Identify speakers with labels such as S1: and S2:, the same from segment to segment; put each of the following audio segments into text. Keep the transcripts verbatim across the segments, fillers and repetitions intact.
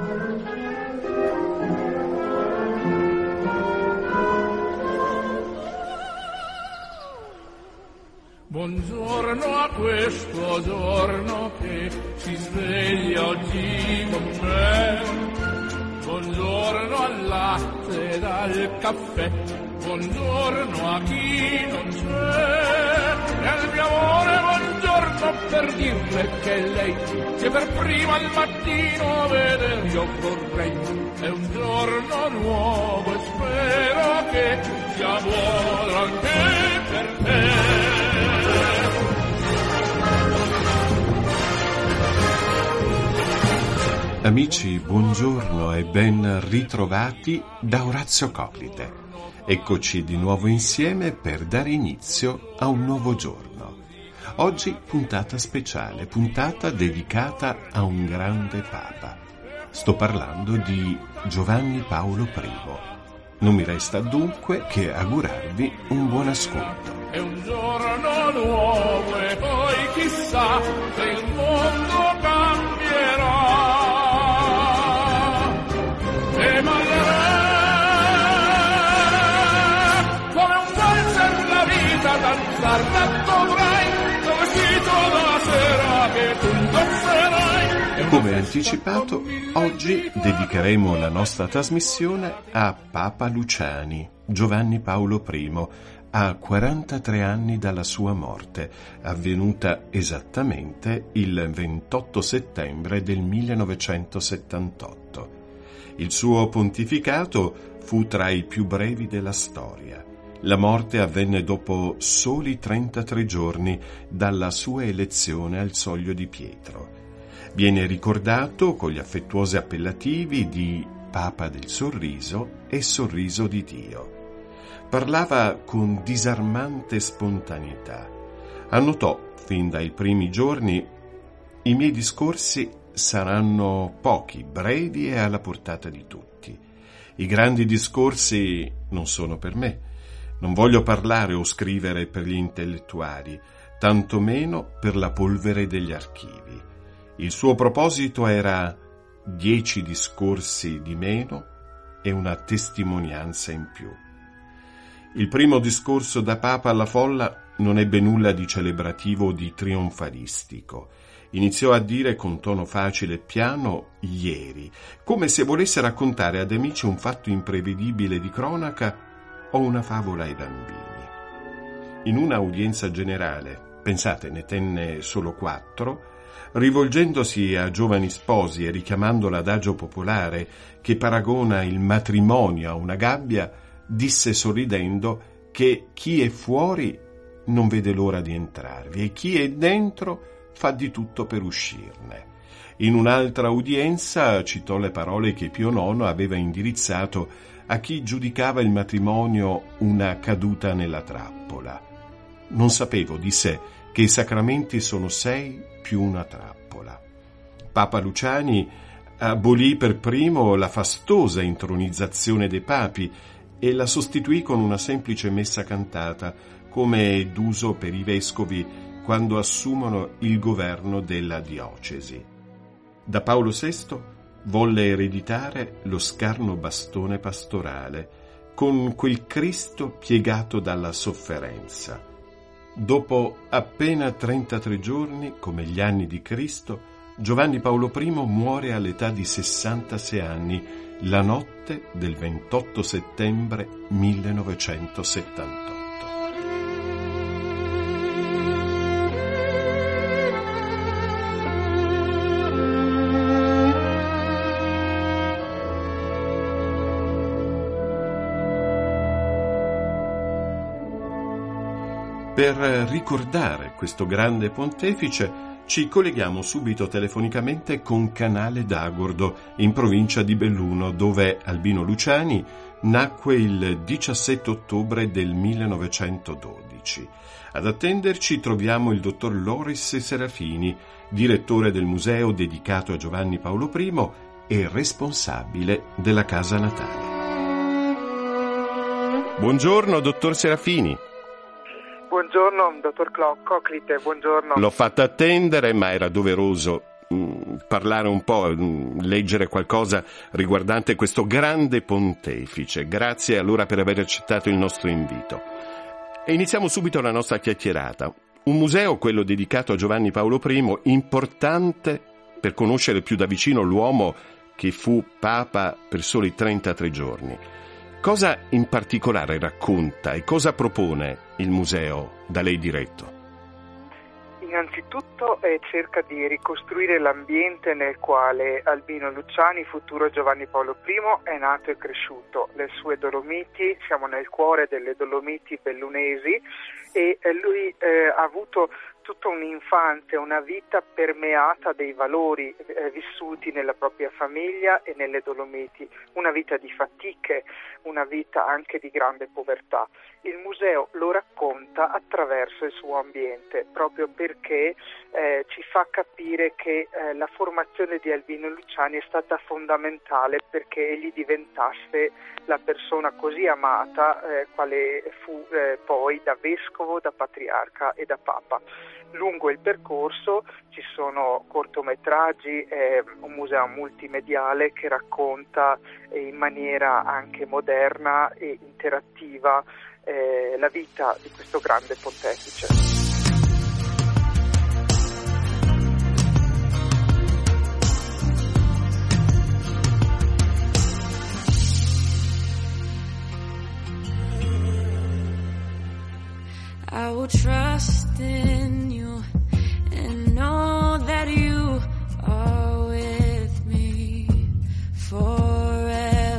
S1: Buongiorno a questo giorno che si sveglia oggi con me. Buongiorno al latte e al caffè. Buongiorno a chi non c'è. E al mio amore buongiorno per dirle che lei che per prima al mattino vedere io vorrei. È un giorno nuovo e spero che sia buono anche per te.
S2: Amici, buongiorno e ben ritrovati da Orazio Coclite. Eccoci di nuovo insieme per dare inizio a un nuovo giorno. Oggi puntata speciale, puntata dedicata a un grande Papa. Sto parlando di Giovanni Paolo primo. Non mi resta dunque che augurarvi un buon ascolto.
S1: È un giorno nuovo e poi chissà se il mondo cambierà. E ballerà come un valzer la vita, danzar la dovrai, vestito da sera che tu indosserai.
S2: Come anticipato, oggi dedicheremo la nostra trasmissione a Papa Luciani, Giovanni Paolo primo, a quarantatré anni dalla sua morte, avvenuta esattamente il ventotto settembre del millenovecentosettantotto. Il suo pontificato fu tra i più brevi della storia. La morte avvenne dopo soli trentatré giorni dalla sua elezione al Soglio di Pietro. Viene ricordato con gli affettuosi appellativi di Papa del Sorriso e Sorriso di Dio. Parlava con disarmante spontaneità. Annotò fin dai primi giorni: i miei discorsi saranno pochi, brevi e alla portata di tutti. I grandi discorsi non sono per me. Non voglio parlare o scrivere per gli intellettuali, tantomeno per la polvere degli archivi. Il suo proposito era dieci discorsi di meno e una testimonianza in più. Il primo discorso da Papa alla folla non ebbe nulla di celebrativo o di trionfalistico. Iniziò a dire con tono facile e piano ieri, come se volesse raccontare ad amici un fatto imprevedibile di cronaca o una favola ai bambini. In una udienza generale, pensate, ne tenne solo quattro, rivolgendosi a giovani sposi e richiamando l'adagio popolare che paragona il matrimonio a una gabbia, disse sorridendo che chi è fuori non vede l'ora di entrarvi e chi è dentro fa di tutto per uscirne. In un'altra udienza citò le parole che Pio nono aveva indirizzato a chi giudicava il matrimonio una caduta nella trappola. Non sapevo, disse, che i sacramenti sono sei più una trappola. Papa Luciani abolì per primo la fastosa intronizzazione dei papi e la sostituì con una semplice messa cantata, come è d'uso per i vescovi quando assumono il governo della diocesi. Da Paolo sesto volle ereditare lo scarno bastone pastorale, con quel Cristo piegato dalla sofferenza. Dopo appena trentatré giorni, come gli anni di Cristo, Giovanni Paolo primo muore all'età di sessantasei anni, la notte del ventotto settembre millenovecentosettantotto. Per ricordare questo grande pontefice ci colleghiamo subito telefonicamente con Canale d'Agordo, in provincia di Belluno, dove Albino Luciani nacque il diciassette ottobre del millenovecentododici. Ad attenderci troviamo il dottor Loris Serafini, direttore del museo dedicato a Giovanni Paolo primo e responsabile della casa natale. Buongiorno, dottor Serafini.
S3: Buongiorno, dottor Coclite, buongiorno.
S2: L'ho fatta attendere, ma era doveroso mh, parlare un po', mh, leggere qualcosa riguardante questo grande pontefice. Grazie allora per aver accettato il nostro invito. E iniziamo subito la nostra chiacchierata. Un museo, quello dedicato a Giovanni Paolo I, importante per conoscere più da vicino l'uomo che fu Papa per soli trentatré giorni. Cosa in particolare racconta e cosa propone il museo da lei diretto?
S3: Innanzitutto eh, cerca di ricostruire l'ambiente nel quale Albino Luciani, futuro Giovanni Paolo I, è nato e cresciuto. Le sue Dolomiti, siamo nel cuore delle Dolomiti bellunesi, e eh, lui eh, ha avuto tutta un'infanzia, una vita permeata dei valori eh, vissuti nella propria famiglia e nelle Dolomiti, una vita di fatiche, una vita anche di grande povertà. Il museo lo racconta attraverso il suo ambiente, proprio perché eh, ci fa capire che eh, la formazione di Albino Luciani è stata fondamentale perché egli diventasse la persona così amata eh, quale fu eh, poi da vescovo, da patriarca e da papa. Lungo il percorso ci sono cortometraggi, eh, un museo multimediale che racconta eh, in maniera anche moderna e interattiva eh, la vita di questo grande pontefice.
S4: I will trust in you and know that you are with me forever.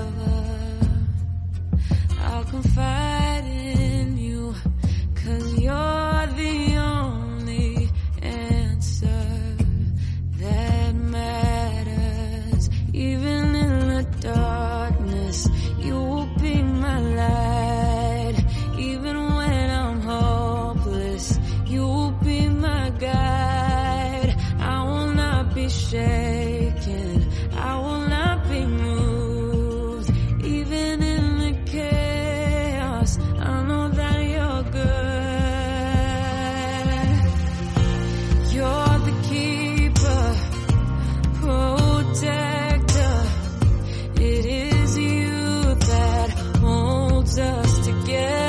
S4: I'll confide in you 'cause you're the only answer that matters. Even in the darkness, you will be my light. Even when I'm hopeless, you will be my guide. I will not be shaken, I will not be moved. Even in the chaos, I know that you're good. You're the keeper, protector. It is you that holds us together.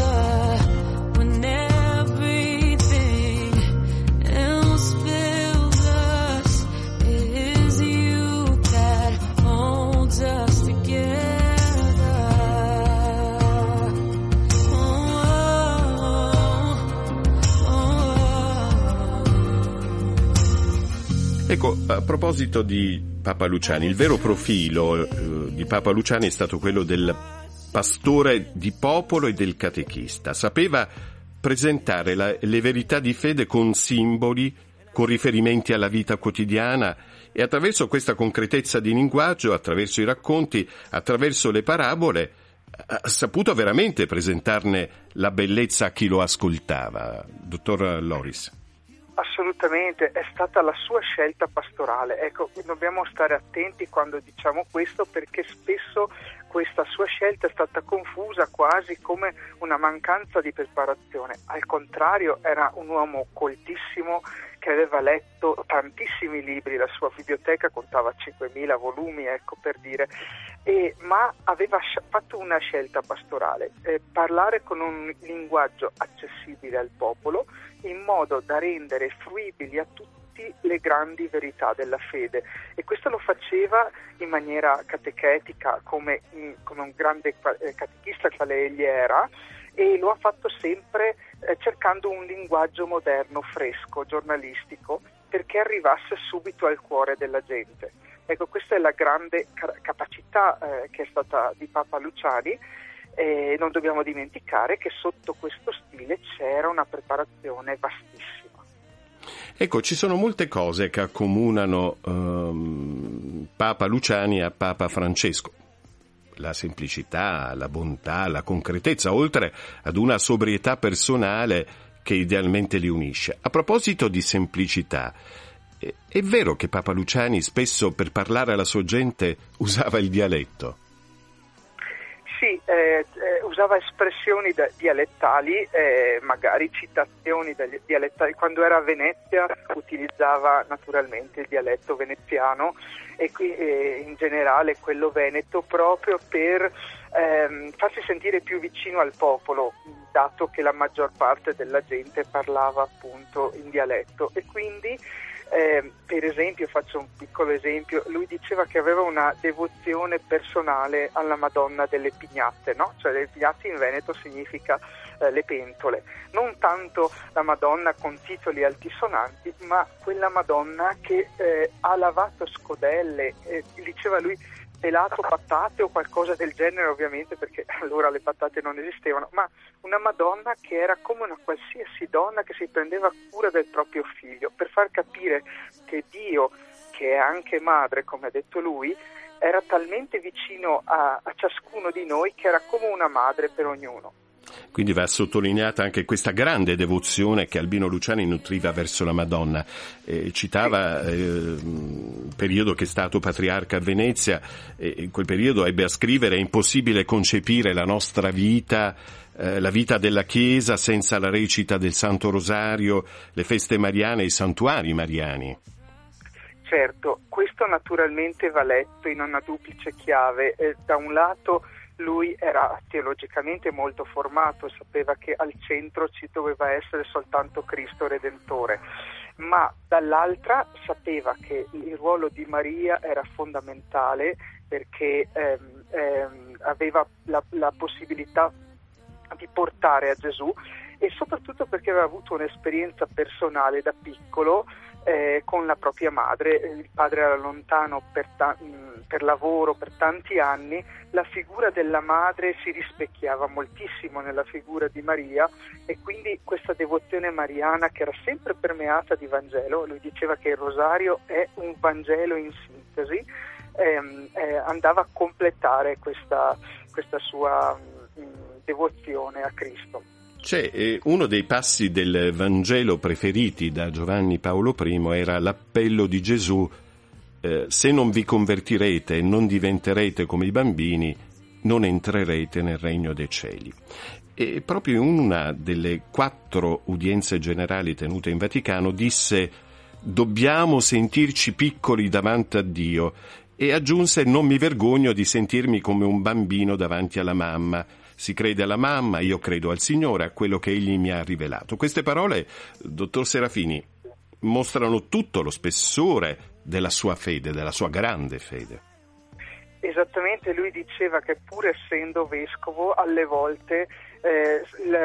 S2: Ecco, a proposito di Papa Luciani, il vero profilo eh, di Papa Luciani è stato quello del pastore di popolo e del catechista. Sapeva presentare la, le verità di fede con simboli, con riferimenti alla vita quotidiana, e attraverso questa concretezza di linguaggio, attraverso i racconti, attraverso le parabole, ha saputo veramente presentarne la bellezza a chi lo ascoltava. Dottor Loris.
S3: Assolutamente, è stata la sua scelta pastorale. Ecco, dobbiamo stare attenti quando diciamo questo, perché spesso questa sua scelta è stata confusa quasi come una mancanza di preparazione. Al contrario, era un uomo coltissimo che aveva letto tantissimi libri, la sua biblioteca contava cinquemila volumi, ecco, per dire, e, ma aveva fatto una scelta pastorale, eh, parlare con un linguaggio accessibile al popolo, in modo da rendere fruibili a tutti le grandi verità della fede, e questo lo faceva in maniera catechetica, come, come un grande catechista quale egli era, e lo ha fatto sempre eh, cercando un linguaggio moderno, fresco, giornalistico, perché arrivasse subito al cuore della gente. Ecco, questa è la grande ca- capacità eh, che è stata di Papa Luciani. E non dobbiamo dimenticare che sotto questo stile c'era una preparazione vastissima.
S2: Ecco, ci sono molte cose che accomunano um, Papa Luciani a Papa Francesco. La semplicità, la bontà, la concretezza, oltre ad una sobrietà personale che idealmente li unisce. A proposito di semplicità, è, è vero che Papa Luciani spesso per parlare alla sua gente usava il dialetto?
S3: Sì, eh, eh, usava espressioni da- dialettali, eh, magari citazioni dagli- dialettali. Quando era a Venezia utilizzava naturalmente il dialetto veneziano e qui eh, in generale quello veneto, proprio per ehm, farsi sentire più vicino al popolo, dato che la maggior parte della gente parlava appunto in dialetto. E quindi Eh, per esempio, faccio un piccolo esempio, lui diceva che aveva una devozione personale alla Madonna delle Pignate, no? Cioè le Pignate in Veneto significa eh, le pentole, non tanto la Madonna con titoli altisonanti, ma quella Madonna che eh, ha lavato scodelle, eh, diceva lui, pelato patate o qualcosa del genere, ovviamente, perché allora le patate non esistevano, ma una Madonna che era come una qualsiasi donna che si prendeva cura del proprio figlio, per far capire che Dio, che è anche madre, come ha detto lui, era talmente vicino a, a ciascuno di noi che era come una madre per ognuno.
S2: Quindi va sottolineata anche questa grande devozione che Albino Luciani nutriva verso la Madonna. Eh, citava eh, il periodo che è stato patriarca a Venezia, e in quel periodo ebbe a scrivere: è impossibile concepire la nostra vita, eh, la vita della Chiesa senza la recita del Santo Rosario, le feste mariane e i santuari mariani.
S3: Certo, questo naturalmente va letto in una duplice chiave. Eh, da un lato lui era teologicamente molto formato, sapeva che al centro ci doveva essere soltanto Cristo Redentore, ma dall'altra sapeva che il ruolo di Maria era fondamentale, perché ehm, ehm, aveva la, la possibilità di portare a Gesù, e soprattutto perché aveva avuto un'esperienza personale da piccolo eh, con la propria madre. Il padre era lontano per, ta- per lavoro per tanti anni, la figura della madre si rispecchiava moltissimo nella figura di Maria, e quindi questa devozione mariana, che era sempre permeata di Vangelo, lui diceva che il rosario è un Vangelo in sintesi, ehm, eh, andava a completare questa, questa sua mh, devozione a Cristo.
S2: C'è eh, uno dei passi del Vangelo preferiti da Giovanni Paolo I, era l'appello di Gesù: eh, se non vi convertirete e non diventerete come i bambini, non entrerete nel regno dei cieli. E proprio in una delle quattro udienze generali tenute in Vaticano disse: dobbiamo sentirci piccoli davanti a Dio, e aggiunse: non mi vergogno di sentirmi come un bambino davanti alla mamma. Si crede alla mamma, io credo al Signore, a quello che Egli mi ha rivelato. Queste parole, dottor Serafini, mostrano tutto lo spessore della sua fede, della sua grande fede.
S3: Esattamente, lui diceva che pur essendo vescovo, alle volte eh,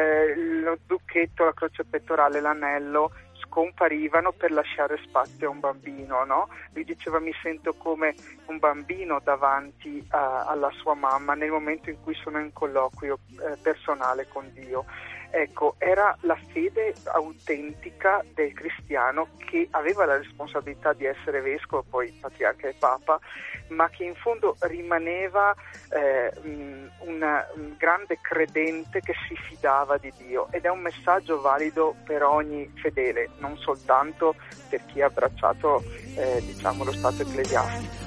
S3: l- lo zucchetto, la croce pettorale, l'anello scomparivano per lasciare spazio a un bambino, no? Lui diceva: mi sento come un bambino davanti a, alla sua mamma nel momento in cui sono in colloquio eh, personale con Dio. Ecco, era la fede autentica del cristiano, che aveva la responsabilità di essere vescovo, poi patriarca e papa, ma che in fondo rimaneva eh, una, un grande credente che si fidava di Dio, ed è un messaggio valido per ogni fedele, non soltanto per chi ha abbracciato eh, diciamo lo stato ecclesiastico.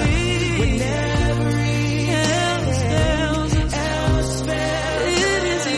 S4: It is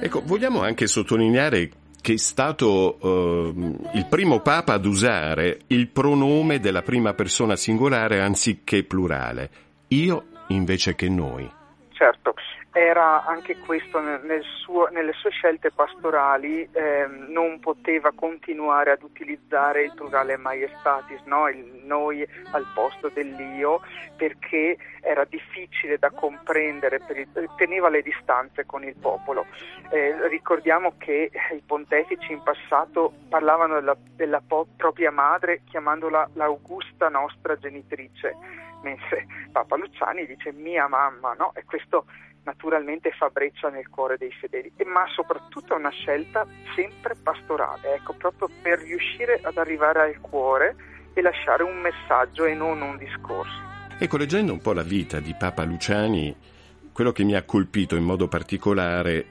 S2: Ecco, vogliamo anche sottolineare che è stato eh, il primo Papa ad usare il pronome della prima persona singolare anziché plurale, io invece che noi.
S3: Certo, era anche questo nel suo, nelle sue scelte pastorali, eh, non poteva continuare ad utilizzare il plurale maiestatis, no? Il noi al posto dell'io, perché era difficile da comprendere, per il, teneva le distanze con il popolo. Eh, ricordiamo che i pontefici in passato parlavano della, della po- propria madre chiamandola l'augusta nostra genitrice, mentre Papa Luciani dice mia mamma, no? E questo naturalmente fa breccia nel cuore dei fedeli, ma soprattutto è una scelta sempre pastorale, ecco, proprio per riuscire ad arrivare al cuore e lasciare un messaggio e non un discorso.
S2: Ecco, leggendo un po' la vita di Papa Luciani, quello che mi ha colpito in modo particolare,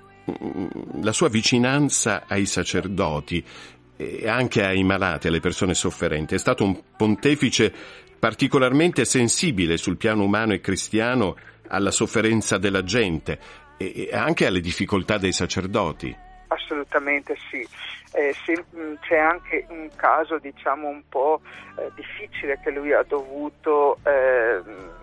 S2: la sua vicinanza ai sacerdoti e anche ai malati, alle persone sofferenti. È stato un pontefice particolarmente sensibile sul piano umano e cristiano alla sofferenza della gente e anche alle difficoltà dei sacerdoti.
S3: Assolutamente sì. Eh, se, c'è anche un caso, diciamo, un po' eh, difficile che lui ha dovuto eh,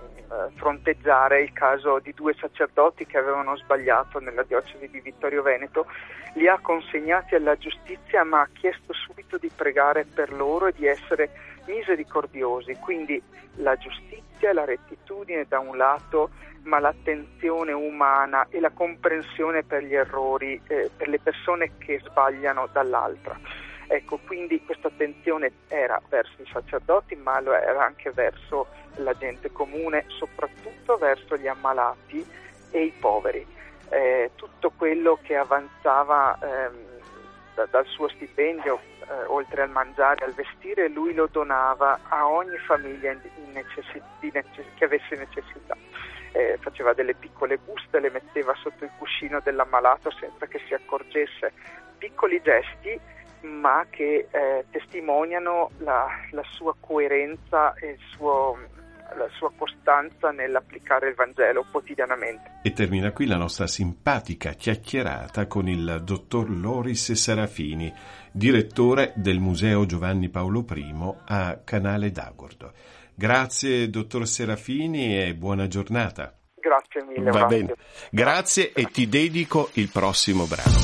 S3: fronteggiare, il caso di due sacerdoti che avevano sbagliato nella diocesi di Vittorio Veneto. Li ha consegnati alla giustizia, ma ha chiesto subito di pregare per loro e di essere misericordiosi. Quindi la giustizia e la rettitudine da un lato, ma l'attenzione umana e la comprensione per gli errori, eh, per le persone che sbagliano dall'altra. Ecco, quindi questa attenzione era verso i sacerdoti, ma lo era anche verso la gente comune, soprattutto verso gli ammalati e i poveri. Eh, tutto quello che avanzava ehm, da, dal suo stipendio, eh, oltre al mangiare e al vestire, lui lo donava a ogni famiglia in necessi- di necess- che avesse necessità. Eh, faceva delle piccole buste, le metteva sotto il cuscino dell'ammalato senza che si accorgesse. Piccoli gesti, ma che eh, testimoniano la, la sua coerenza e il suo, la sua costanza nell'applicare il Vangelo quotidianamente.
S2: E termina qui la nostra simpatica chiacchierata con il dottor Loris Serafini, direttore del Museo Giovanni Paolo I a Canale d'Agordo. Grazie dottor Serafini e buona giornata.
S3: Grazie mille.
S2: Va
S3: grazie.
S2: bene. Grazie e ti dedico il prossimo brano.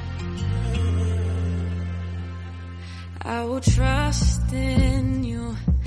S4: I will trust in you.